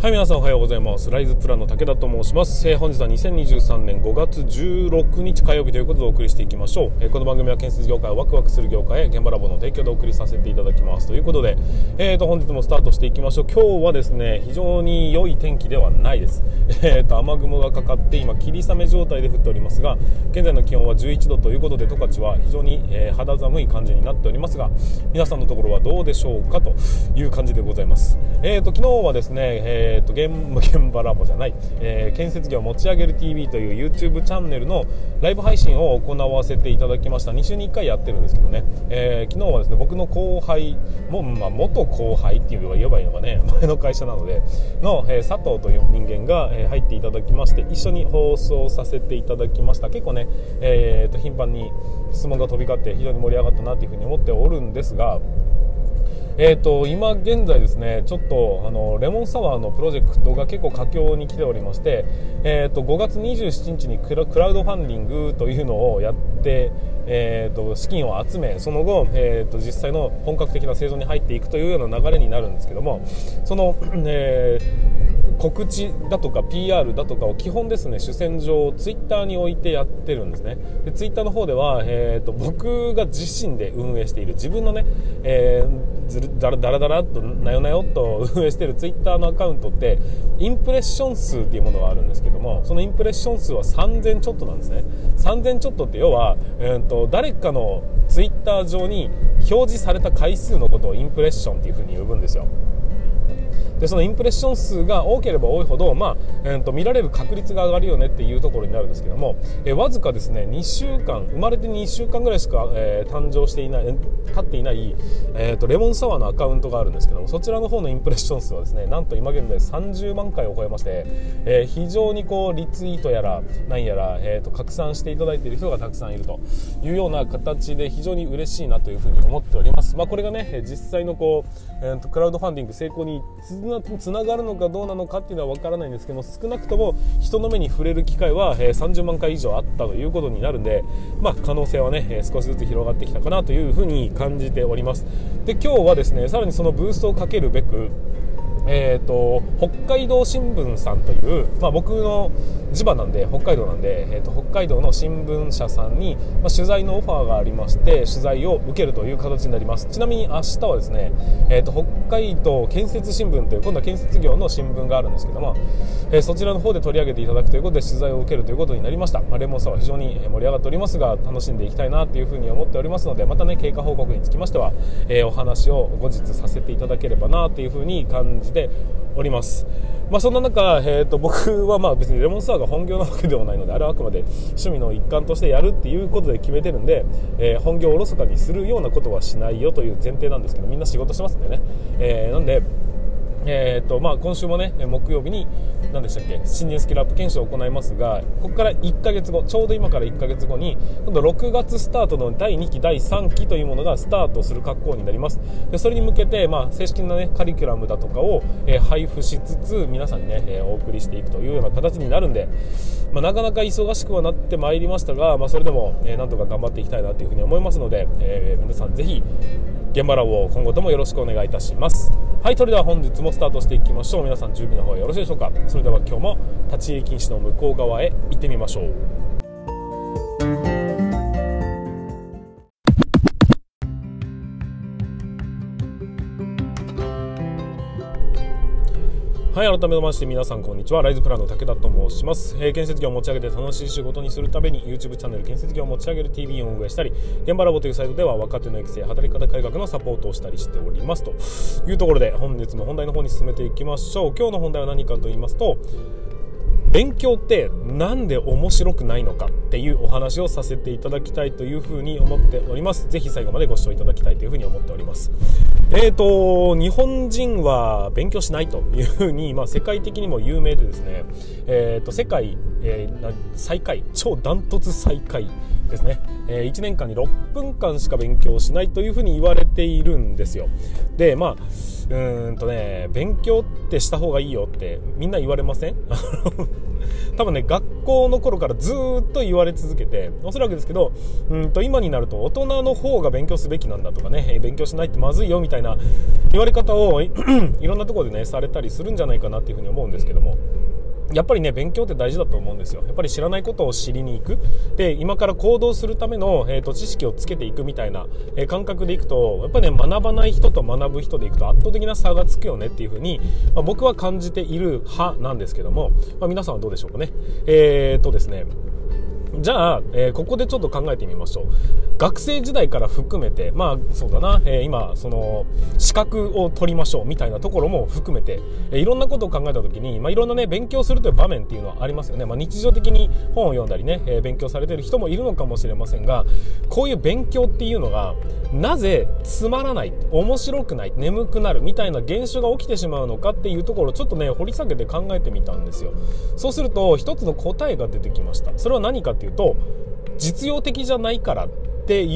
はい、皆さんおはようございます。ライズプランの武田と申します。本日は2023年5月16日火曜日ということでお送りしていきましょう。この番組は建設業界をワクワクする業界へ現場ラボの提供でお送りさせていただきますということで、本日もスタートしていきましょう。今日はですね、非常に良い天気ではないです。雨雲がかかって今霧雨状態で降っておりますが、現在の気温は11度ということで十勝は非常に、肌寒い感じになっておりますが、皆さんのところはどうでしょうかという感じでございます。昨日はですね、現場ラボじゃない、建設業を持ち上げる TV という YouTube チャンネルのライブ配信を行わせていただきました。2週に1回やってるんですけどね、昨日はですね、僕の後輩も、元後輩っていうのが言えばいいのかね、前の会社なのでの、佐藤という人間が、入っていただきまして、一緒に放送させていただきました。結構ね、頻繁に質問が飛び交って非常に盛り上がったなというふうに思っておるんですが、今現在ですね、ちょっとレモンサワーのプロジェクトが結構佳境に来ておりまして、5月27日にクラウドファンディングというのをやって、資金を集め、その後、実際の本格的な製造に入っていくというような流れになるんですけども、その、告知だとか PR だとかを基本ですね、主戦場をツイッターに置いてやってるんですね。でツイッターの方では、僕が自身で運営している自分のね、だらっとなよなよっと運営しているツイッターのアカウントってインプレッション数っていうものがあるんですけども、そのインプレッション数は3000ちょっとなんですね。3000ちょっとって要は、誰かのツイッター上に表示された回数のことをインプレッションっていうふうに呼ぶんですよ。でそのインプレッション数が多ければ多いほど、見られる確率が上がるよねっていうところになるんですけども、わずかですね2週間生まれて2週間ぐらいしか、誕生していない経っていない、レモンサワーのアカウントがあるんですけども、そちらの方のインプレッション数はですね、なんと今現在30万回を超えまして、非常にこうリツイートやら何やら、拡散していただいている人がたくさんいるというような形で非常に嬉しいなというふうに思っております。これがね実際のこう、クラウドファンディング成功につながるのかどうなのかっていうのは分からないんですけども、少なくとも人の目に触れる機会は、30万回以上あったということになるんで、可能性はね、少しずつ広がってきたかなというふうに感じております。で今日はですね、さらにそのブーストをかけるべく北海道新聞さんという、僕の地場なんで北海道なんで、北海道の新聞社さんに、取材のオファーがありまして、取材を受けるという形になります。ちなみに明日はですね、北海道建設新聞という今度は建設業の新聞があるんですけども、そちらの方で取り上げていただくということで取材を受けるということになりました。レモンサワー非常に盛り上がっておりますが、楽しんでいきたいなというふうに思っておりますので、またね経過報告につきましては、お話を後日させていただければなというふうに感じております。そんな中、僕は別にレモンサワーが本業なわけではないので、あれはあくまで趣味の一環としてやるっていうことで決めてるんで、本業をおろそかにするようなことはしないよという前提なんですけど、みんな仕事してますんでね、なんで今週もね木曜日に何でしたっけ、新人スキルアップ研修を行いますが、ここから1ヶ月後、ちょうど今から1ヶ月後に今度6月スタートの第2期第3期というものがスタートする格好になります。でそれに向けて、正式なねカリキュラムだとかを、配布しつつ皆さんにね、お送りしていくというような形になるんで、なかなか忙しくはなってまいりましたが、それでも、なんとか頑張っていきたいなというふうに思いますので、皆さんぜひ現場ラボを今後ともよろしくお願いいたします。はい、それでは本日もスタートしていきましょう。皆さん準備の方はよろしいでしょうか。それでは今日も立ち入り禁止の向こう側へ行ってみましょう。はい、改めまして皆さんこんにちは。ライズプランの武田と申します。建設業を持ち上げて楽しい仕事にするために YouTube チャンネル建設業を持ち上げる TV を運営したり、現場ラボというサイトでは若手の育成、働き方改革のサポートをしたりしておりますというところで、本日の本題の方に進めていきましょう。今日の本題は何かと言いますと、勉強ってなんで面白くないのかっていうお話をさせていただきたいというふうに思っております。ぜひ最後までご視聴いただきたいというふうに思っております。日本人は勉強しないというふうに、世界的にも有名でですね、世界、最下位、超ダントツ最下位ですね。1年間に6分間しか勉強しないというふうに言われているんですよ。で勉強ってした方がいいよってみんな言われません？多分ね、学校の頃からずっと言われ続けて、おそらくですけど今になると大人の方が勉強すべきなんだとかね、勉強しないってまずいよみたいな言われ方をいろんなところでねされたりするんじゃないかなっていうふうに思うんですけども、やっぱりね勉強って大事だと思うんですよ。やっぱり知らないことを知りに行く、で今から行動するための、知識をつけていくみたいな、感覚でいくと、やっぱりね学ばない人と学ぶ人でいくと圧倒的な差がつくよねっていうふうに、僕は感じている派なんですけども、皆さんはどうでしょうかね。ですね、じゃあ、ここでちょっと考えてみましょう。学生時代から含めて、そうだな、今その資格を取りましょうみたいなところも含めて、いろんなことを考えた時に、いろんなね勉強するという場面っていうのはありますよね。日常的に本を読んだりね、勉強されている人もいるのかもしれませんが、こういう勉強っていうのがなぜつまらない、面白くない、眠くなるみたいな現象が起きてしまうのかっていうところをちょっとね掘り下げて考えてみたんですよ。そうすると一つの答えが出てきました。それは何かっていうと、実用的じゃないからっていう、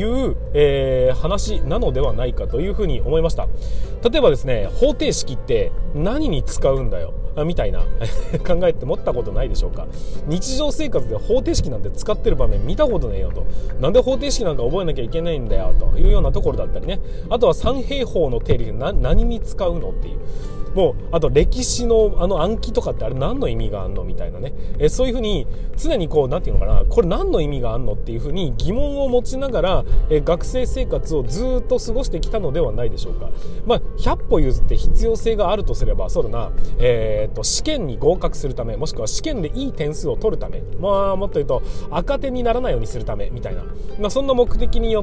話なのではないかというふうに思いました。例えばですね、方程式って何に使うんだよみたいな考えって持ったことないでしょうか。日常生活で方程式なんて使ってる場面見たことねえよと、なんで方程式なんか覚えなきゃいけないんだよというようなところだったりね、あとは三平方の定理で何に使うのっていう、もうあと歴史の暗記とかってあれ何の意味があんのみたいなね、そういうふうに常にこうなんていうのかな、これ何の意味があんのっていうふうに疑問を持ちながら、学生生活をずっと過ごしてきたのではないでしょうか。100歩譲って必要性があるとすれば、そうだな、試験に合格するため、もしくは試験でいい点数を取るため、もっと言うと赤点にならないようにするためみたいな、そんな目的によって、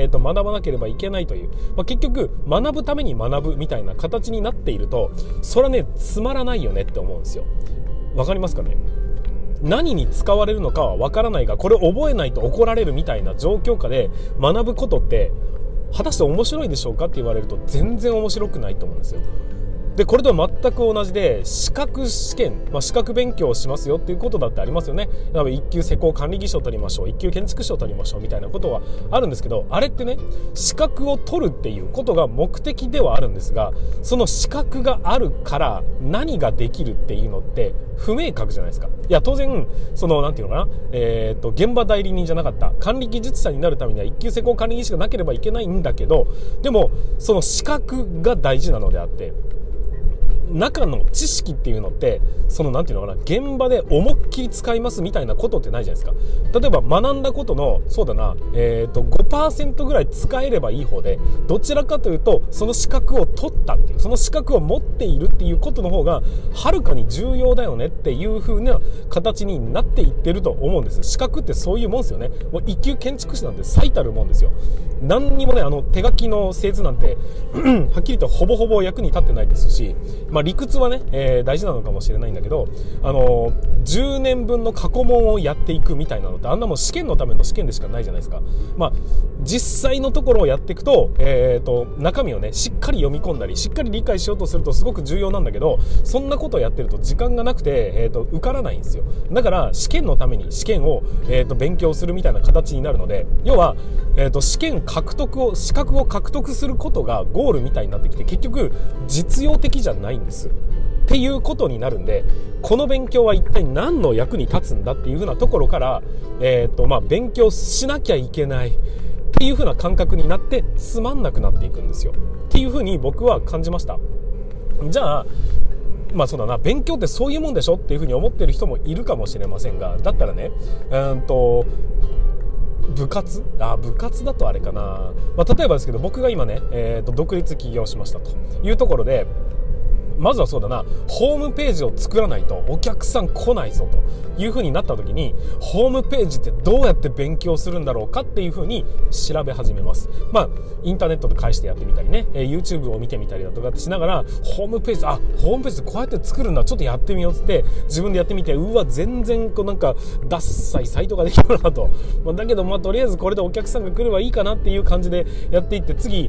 学ばなければいけないという、結局学ぶために学ぶみたいな形になっていると、それはねつまらないよねって思うんですよ。わかりますかね。何に使われるのかはわからないが、これを覚えないと怒られるみたいな状況下で学ぶことって果たして面白いでしょうかって言われると全然面白くないと思うんですよ。でこれとは全く同じで、資格試験、資格勉強をしますよっていうことだってありますよね。1級施工管理技師を取りましょう、1級建築士を取りましょうみたいなことはあるんですけど、あれってね資格を取るっていうことが目的ではあるんですが、その資格があるから何ができるっていうのって不明確じゃないですか。いや当然なんていうのかな、現場代理人じゃなかった管理技術者になるためには1級施工管理技師がなければいけないんだけど、でもその資格が大事なのであって、中の知識っていうのってなんていうのかな、現場で思いっきり使いますみたいなことってないじゃないですか。例えば学んだことのそうだな、5% ぐらい使えればいい方で、どちらかというとその資格を取ったっていう、その資格を持っているっていうことの方がはるかに重要だよねっていう風な形になっていってると思うんです。資格ってそういうもんですよね。もう一級建築士なんて最たるもんですよ。何にもね手書きの製図なんてはっきりとほぼほぼ役に立ってないですし、理屈はね、大事なのかもしれないんだけど、10年分の過去問をやっていくみたいなのって、あんなもん試験のための試験でしかないじゃないですか。実際のところをやっていくと、中身をねしっかり読み込んだりしっかり理解しようとするとすごく重要なんだけど、そんなことをやってると時間がなくて、受からないんですよ。だから試験のために試験を、勉強するみたいな形になるので、要は、資格を獲得することがゴールみたいになってきて、結局実用的じゃないんですっていうことになるんで、この勉強は一体何の役に立つんだっていう風なところから、勉強しなきゃいけないっていう風な感覚になってつまんなくなっていくんですよっていう風に僕は感じました。じゃあそうだな、勉強ってそういうもんでしょっていう風に思ってる人もいるかもしれませんが、だったらね部活だとあれかな、例えばですけど、僕が今ね、独立起業しましたというところで、まずはそうだな、ホームページを作らないとお客さん来ないぞという風になった時に、ホームページってどうやって勉強するんだろうかっていう風に調べ始めます。インターネットで返してやってみたりね、YouTube を見てみたりだとかってしながら、ホームページこうやって作るんだ、ちょっとやってみようって自分でやってみて、全然なんかダッサいサイトができるなと、だけどとりあえずこれでお客さんが来ればいいかなっていう感じでやっていって、次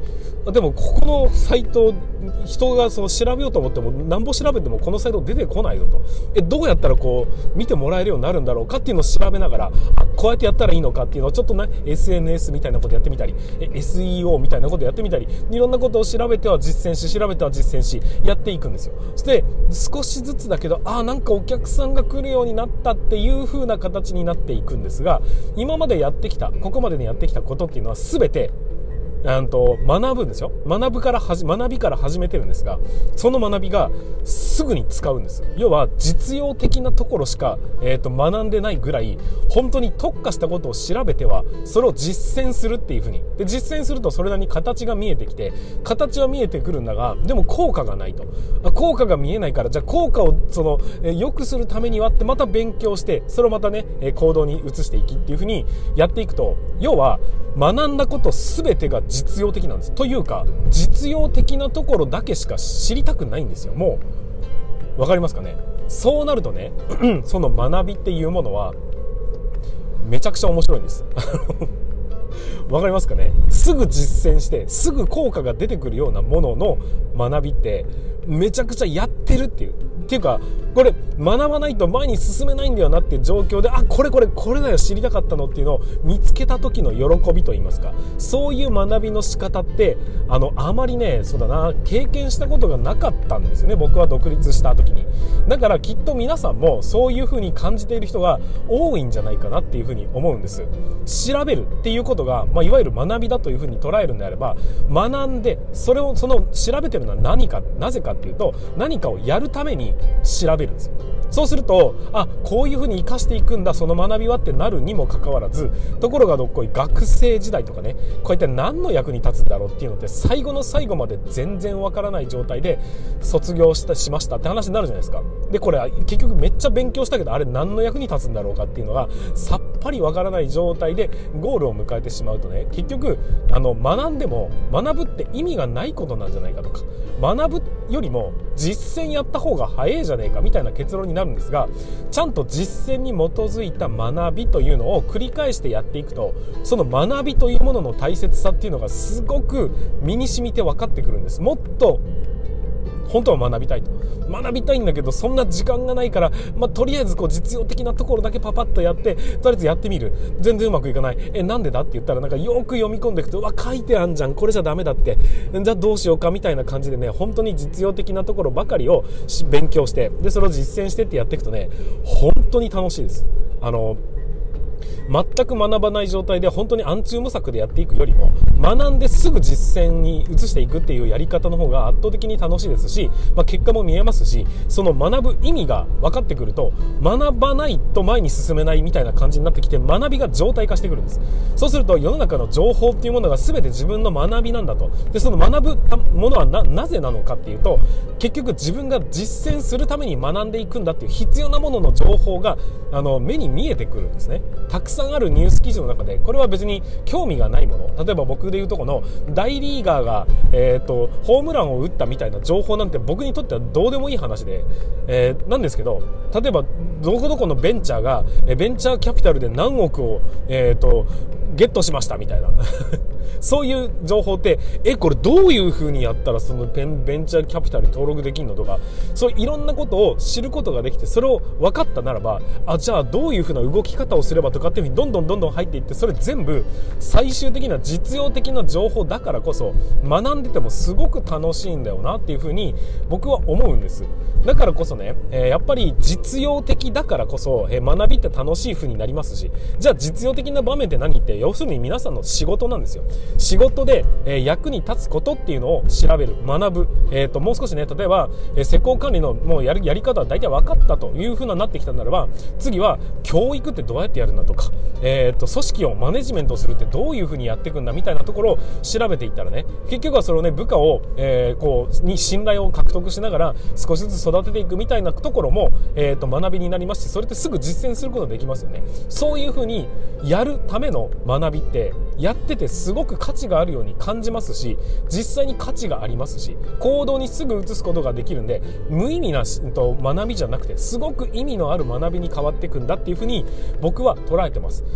でもここのサイト人がその調べようと思ってもなんぼ調べてもこのサイト出てこないぞと、どうやったらこう見てもらえるようになるんだろうかっていうのを調べながら、こうやってやったらいいのかっていうのをちょっとね SNS みたいなことやってみたり、SEO みたいなことやってみたり、いろんなことを調べては実践し、調べては実践しやっていくんですよ。そして少しずつだけどなんかお客さんが来るようになったっていう風な形になっていくんですが、今までやってきたここまでにやってきたことっていうのは全て学ぶんですよ。学びから始めてるんですが、その学びがすぐに使うんです。要は実用的なところしか、学んでないぐらい本当に特化したことを調べてはそれを実践するっていう風にで、実践するとそれなりに形が見えてきて、形は見えてくるんだが、でも効果がないと。効果が見えないから、じゃあ効果を良くするためにはってまた勉強して、それをまたね行動に移していきっていう風にやっていくと、要は学んだこと全てが実用的なんです。というか実用的なところだけしか知りたくないんですよ。もうわかりますかね。そうなるとねその学びっていうものはめちゃくちゃ面白いんですわかりますかね。すぐ実践してすぐ効果が出てくるようなものの学びってめちゃくちゃやってるっていうか、これ学ばないと前に進めないんだよなっていう状況で、これだよ知りたかったのっていうのを見つけた時の喜びといいますか、そういう学びの仕方ってあまりね経験したことがなかったんですよね、僕は独立した時に。だからきっと皆さんもそういう風に感じている人が多いんじゃないかなっていう風に思うんです。調べるっていうことが、いわゆる学びだという風に捉えるんであれば、学んでその調べてるのはなぜかっていうと、何かをやるために調べるんですよ。そうするとこういう風に生かしていくんだその学びはってなるにもかかわらず、ところがどっこい学生時代とかね、こういった何の役に立つんだろうっていうのって最後の最後まで全然わからない状態で卒業しましたって話になるじゃないですか。でこれ結局めっちゃ勉強したけどあれ何の役に立つんだろうかっていうのがさっぱりわからない状態でゴールを迎えてしまうとね、結局学んでも学ぶって意味がないことなんじゃないかとか、学ぶよりも実践やった方が早いじゃねえかみたいな結論になるんですが、ちゃんと実践に基づいた学びというのを繰り返してやっていくと、その学びというものの大切さっていうのがすごく身に染みて分かってくるんです。もっと本当は学びたいんだけどそんな時間がないから、とりあえず実用的なところだけパパッとやってとりあえずやってみる。全然うまくいかない。なんでだって言ったらよく読み込んでいくと書いてあんじゃん、これじゃダメだって、じゃあどうしようかみたいな感じでね、本当に実用的なところばかりを勉強して、でそれを実践してってやっていくとね、本当に楽しいです。全く学ばない状態で本当に暗中模索でやっていくよりも、学んですぐ実践に移していくっていうやり方の方が圧倒的に楽しいですし、結果も見えますし、その学ぶ意味が分かってくると学ばないと前に進めないみたいな感じになってきて、学びが常態化してくるんです。そうすると世の中の情報っていうものが全て自分の学びなんだと。でその学ぶものはなぜなのかっていうと、結局自分が実践するために学んでいくんだっていう必要なものの情報が目に見えてくるんですね。たくさんあるニュース記事の中で、これは別に興味がないもの、例えば僕でいうとこの大リーガーが、ホームランを打ったみたいな情報なんて僕にとってはどうでもいい話で、なんですけど、例えばどこどこのベンチャーがベンチャーキャピタルで何億を、ゲットしましたみたいなそういう情報ってこれどういう風にやったらそのベンチャーキャピタルに登録できるのとか、そういろんなことを知ることができて、それを分かったならばじゃあどういう風な動き方をすればとかっていう風にどんどん入っていって、それ全部最終的な実用的な情報だからこそ学んでてもすごく楽しいんだよなっていう風に僕は思うんです。だからこそね、やっぱり実用的だからこそ、学びって楽しい風になりますし、じゃあ実用的な場面って何って、要するに皆さんの仕事なんですよ。仕事で、役に立つことっていうのを調べる、学ぶ、もう少しね、例えば、施工管理のもうやり方は大体分かったという風になってきたならば、次は教育ってどうやってやるんだとか、組織をマネジメントするってどういう風にやっていくんだみたいなところを調べていったらね、結局はそれをね、部下を、に信頼を獲得しながら少しずつ育てていくみたいなところも、学びになりますし、それってすぐ実践することができますよね。そういう風にやるための学びってやっててすごく価値があるように感じますし、実際に価値がありますし、行動にすぐ移すことができるんで、無意味な学びじゃなくてすごく意味のある学びに変わっていくんだっていう風に僕は捉えてます。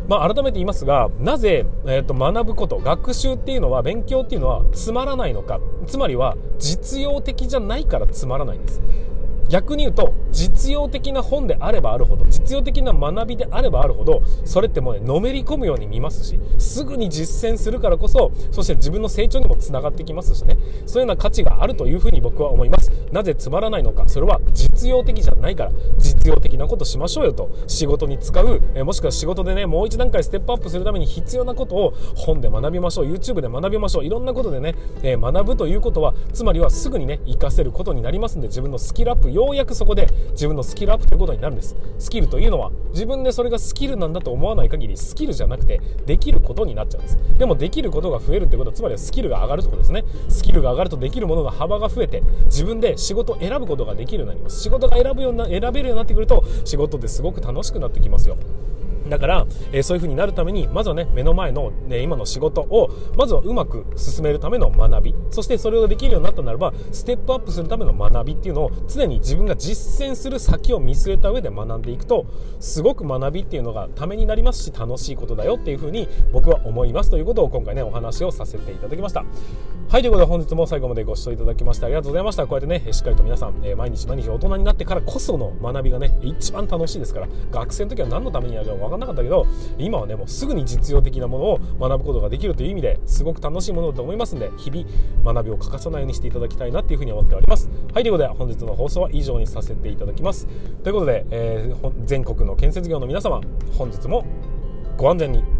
改めて言いますが、なぜ、学ぶこと、学習っていうのは、勉強っていうのはつまらないのか、つまりは実用的じゃないからつまらないんです。逆に言うと、実用的な本であればあるほど、実用的な学びであればあるほど、それってもうね、のめり込むように見ますし、すぐに実践するからこそ、そして自分の成長にもつながってきますしね、そういうような価値があるというふうに僕は思います。なぜつまらないのか、それは実用的じゃないから、実用的なことしましょうよと。仕事に使う、もしくは仕事でね、もう一段階ステップアップするために必要なことを本で学びましょう、YouTube で学びましょう、いろんなことでね、学ぶということは、つまりはすぐにね、活かせることになりますんで、自分のスキルアップ、ようやくそこで自分のスキルアップということになるんです。スキルというのは自分でそれがスキルなんだと思わない限りスキルじゃなくてできることになっちゃうんです。でもできることが増えるということは、つまりはスキルが上がるということですね。スキルが上がるとできるものの幅が増えて、自分で仕事を選ぶことができるようになります。仕事が選べるようになってくると、仕事ってすごく楽しくなってきますよ。だから、そういう風になるために、まずはね、目の前の、今の仕事をまずはうまく進めるための学び、そしてそれをできるようになったならばステップアップするための学びっていうのを常に自分が実践する先を見据えた上で学んでいくと、すごく学びっていうのがためになりますし、楽しいことだよっていう風に僕は思いますということを今回ね、お話をさせていただきました。はい、ということで本日も最後までご視聴いただきましてありがとうございました。こうやってね、しっかりと皆さん、毎日大人になってからこその学びがね、一番楽しいですから。学生の時は何のためにやるか分からなかったけど、今はね、もうすぐに実用的なものを学ぶことができるという意味ですごく楽しいものだと思いますので、日々学びを欠かさないようにしていただきたいなというふうに思っております。はい、ということで本日の放送は以上にさせていただきます。ということで、全国の建設業の皆様、本日もご安全に。